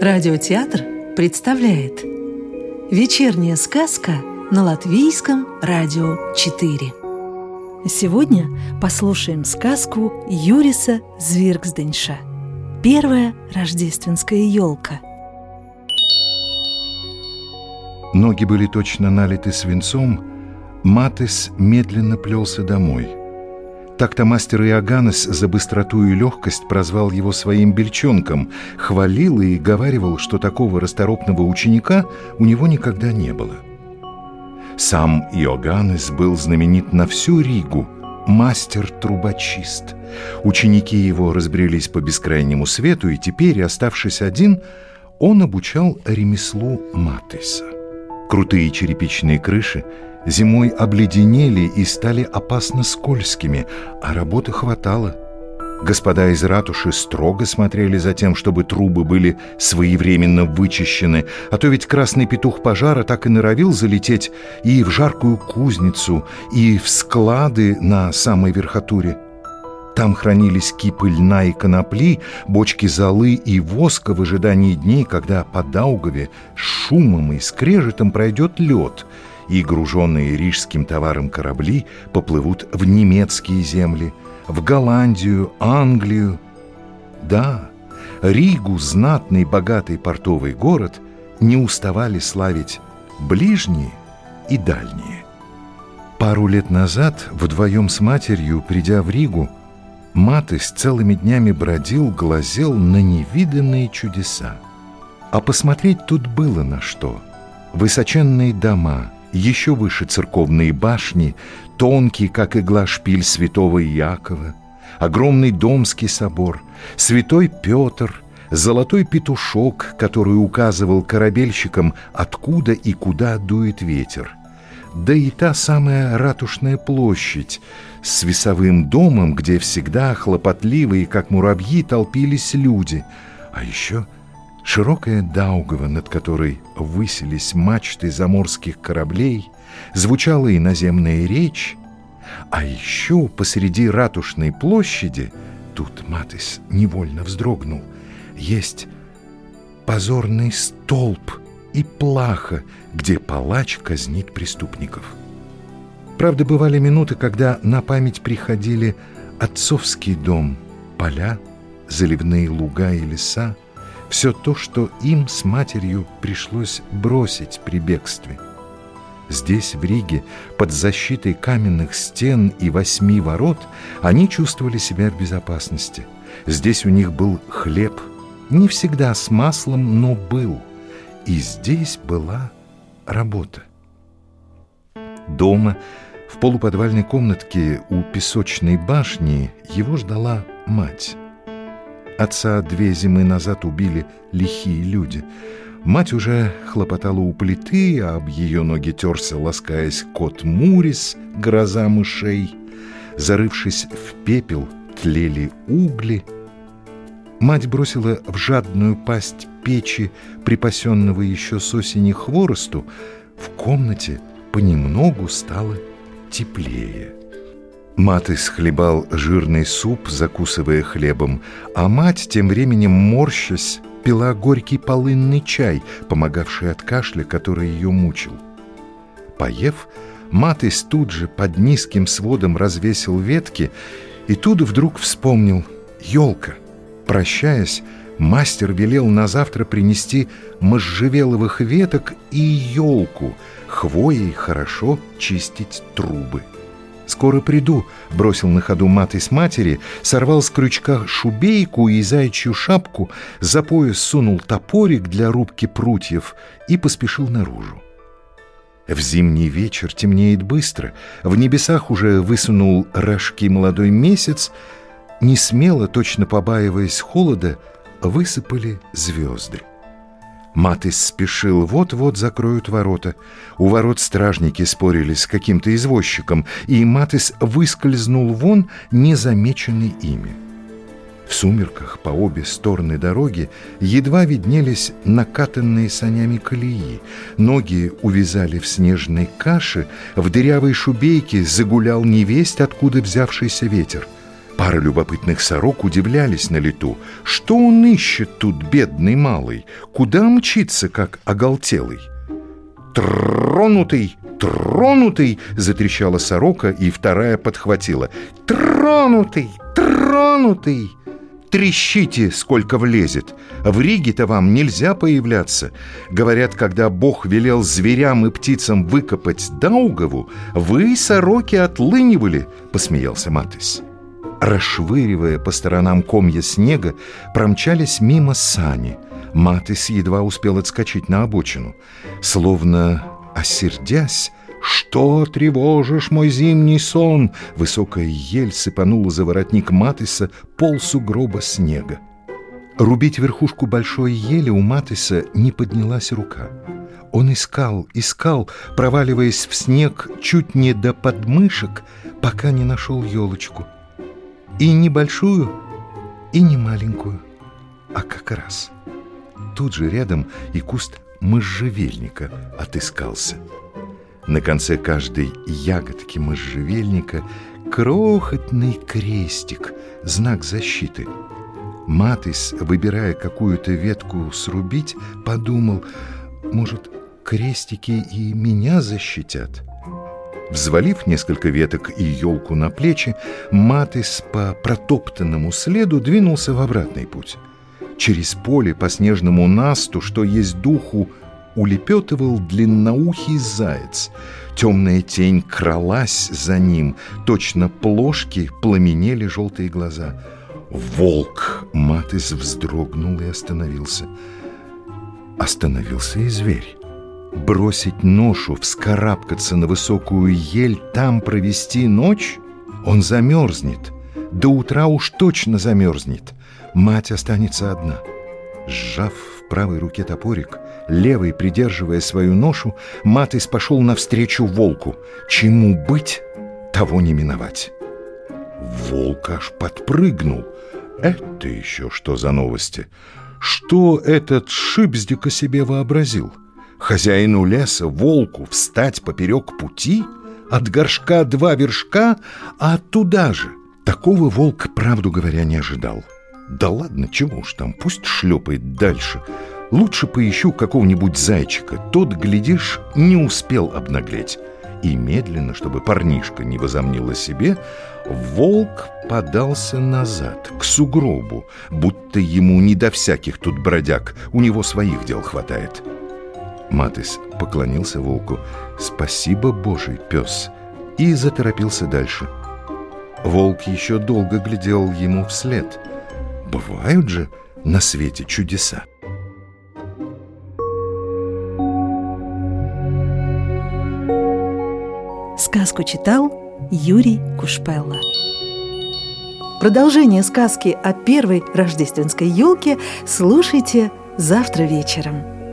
Радиотеатр представляет «Вечерняя сказка» на Латвийском радио 4. Сегодня послушаем сказку Юриса Звиргсденša «Первая рождественская елка». Ноги были точно налиты свинцом, Матис медленно плелся домой. Так-то мастер Иоганнес за быстроту и легкость прозвал его своим бельчонком, хвалил и говаривал, что такого расторопного ученика у него никогда не было. Сам Иоганнес был знаменит на всю Ригу, мастер-трубочист. Ученики его разбрелись по бескрайнему свету, и теперь, оставшись один, он обучал ремеслу Матиса. Крутые черепичные крыши зимой обледенели и стали опасно скользкими, а работы хватало. Господа из ратуши строго смотрели за тем, чтобы трубы были своевременно вычищены, а то ведь красный петух пожара так и норовил залететь и в жаркую кузницу, и в склады на самой верхотуре. Там хранились кипы льна и конопли, бочки золы и воска в ожидании дней, когда по Даугаве с шумом и скрежетом пройдет лед, и груженные рижским товаром корабли поплывут в немецкие земли, в Голландию, Англию. Да, Ригу, знатный, богатый портовый город, не уставали славить ближние и дальние. Пару лет назад, вдвоем с матерью, придя в Ригу, Матис целыми днями бродил, глазел на невиданные чудеса. А посмотреть тут было на что. Высоченные дома, еще выше церковные башни, тонкий, как игла, шпиль святого Иакова, огромный Домский собор, святой Петр, золотой петушок, который указывал корабельщикам, откуда и куда дует ветер, да и та самая ратушная площадь с весовым домом, где всегда хлопотливые, как муравьи, толпились люди, а еще широкая Даугава, над которой высились мачты заморских кораблей, звучала и наземная речь, а еще посреди ратушной площади, тут Матис невольно вздрогнул, есть позорный столб и плаха, где палач казнит преступников. Правда, бывали минуты, когда на память приходили отцовский дом, поля, заливные луга и леса, все то, что им с матерью пришлось бросить при бегстве. Здесь, в Риге, под защитой каменных стен и 8 ворот, они чувствовали себя в безопасности. Здесь у них был хлеб, не всегда с маслом, но был. И здесь была работа. Дома, в полуподвальной комнатке у песочной башни, его ждала мать. Отца 2 зимы назад убили лихие люди. Мать уже хлопотала у плиты, а об ее ноги терся, ласкаясь, кот Мурис, гроза мышей. Зарывшись в пепел, тлели угли. Мать бросила в жадную пасть печи, припасенного еще с осени хворосту. В комнате понемногу стало теплее. Матис хлебал жирный суп, закусывая хлебом, а мать, тем временем морщась, пила горький полынный чай, помогавший от кашля, который ее мучил. Поев, Матис тут же под низким сводом развесил ветки и тут вдруг вспомнил — елка. Прощаясь, мастер велел на завтра принести можжевеловых веток и елку, хвоей хорошо чистить трубы. «Скоро приду», — бросил на ходу Матис матери, сорвал с крючка шубейку и заячью шапку, за пояс сунул топорик для рубки прутьев и поспешил наружу. В зимний вечер темнеет быстро, в небесах уже высунул рожки молодой месяц, несмело, точно побаиваясь холода, высыпали звезды. Матис спешил, вот-вот закроют ворота. У ворот стражники спорили с каким-то извозчиком, и Матис выскользнул вон, незамеченный ими. В сумерках по обе стороны дороги едва виднелись накатанные санями колеи. Ноги увязали в снежной каше, в дырявой шубейке загулял невесть, откуда взявшийся ветер. Пара любопытных сорок удивлялись на лету. Что он ищет тут, бедный малый? Куда мчится, как оголтелый? «Тронутый! Тронутый!» — затрещала сорока, и вторая подхватила. «Тронутый! Тронутый! Трещите, сколько влезет! В Риге-то вам нельзя появляться. Говорят, когда Бог велел зверям и птицам выкопать Даугаву, вы, сороки, отлынивали!» — посмеялся Матис. Расшвыривая по сторонам комья снега, промчались мимо сани. Матис едва успел отскочить на обочину. Словно осердясь: «Что тревожишь мой зимний сон?» Высокая ель сыпанула за воротник Матиса полсугроба снега. Рубить верхушку большой ели у Матиса не поднялась рука. Он искал, проваливаясь в снег чуть не до подмышек, пока не нашел елочку. И не большую, и не маленькую, а как раз. Тут же рядом и куст можжевельника отыскался. На конце каждой ягодки можжевельника крохотный крестик, знак защиты. Матис, выбирая какую-то ветку срубить, подумал: может, крестики и меня защитят? Взвалив несколько веток и елку на плечи, Матис по протоптанному следу двинулся в обратный путь. Через поле по снежному насту, что есть духу, улепетывал длинноухий заяц. Темная тень кралась за ним, точно плошки пламенели желтые глаза. «Волк!» — Матис вздрогнул и остановился. Остановился и зверь. Бросить ношу, вскарабкаться на высокую ель, там провести ночь? Он замерзнет. До утра уж точно замерзнет. Мать останется одна. Сжав в правой руке топорик, левой придерживая свою ношу, Матис пошел навстречу волку. Чему быть, того не миновать. Волк аж подпрыгнул. Это еще что за новости? Что этот шипздик о себе вообразил? Хозяину леса, волку, встать поперек пути? От горшка 2 вершка, а туда же. Такого волк, правду говоря, не ожидал. Да ладно, чего уж там, пусть шлепает дальше. Лучше поищу какого-нибудь зайчика. Тот, глядишь, не успел обнаглеть. И медленно, чтобы парнишка не возомнил о себе, волк подался назад, к сугробу, будто ему не до всяких тут бродяг, у него своих дел хватает. Матис поклонился волку: «Спасибо, Божий пес», и заторопился дальше. Волк еще долго глядел ему вслед. Бывают же на свете чудеса. Сказку читал Юрий Кушпелла. Продолжение сказки о первой рождественской елке слушайте завтра вечером.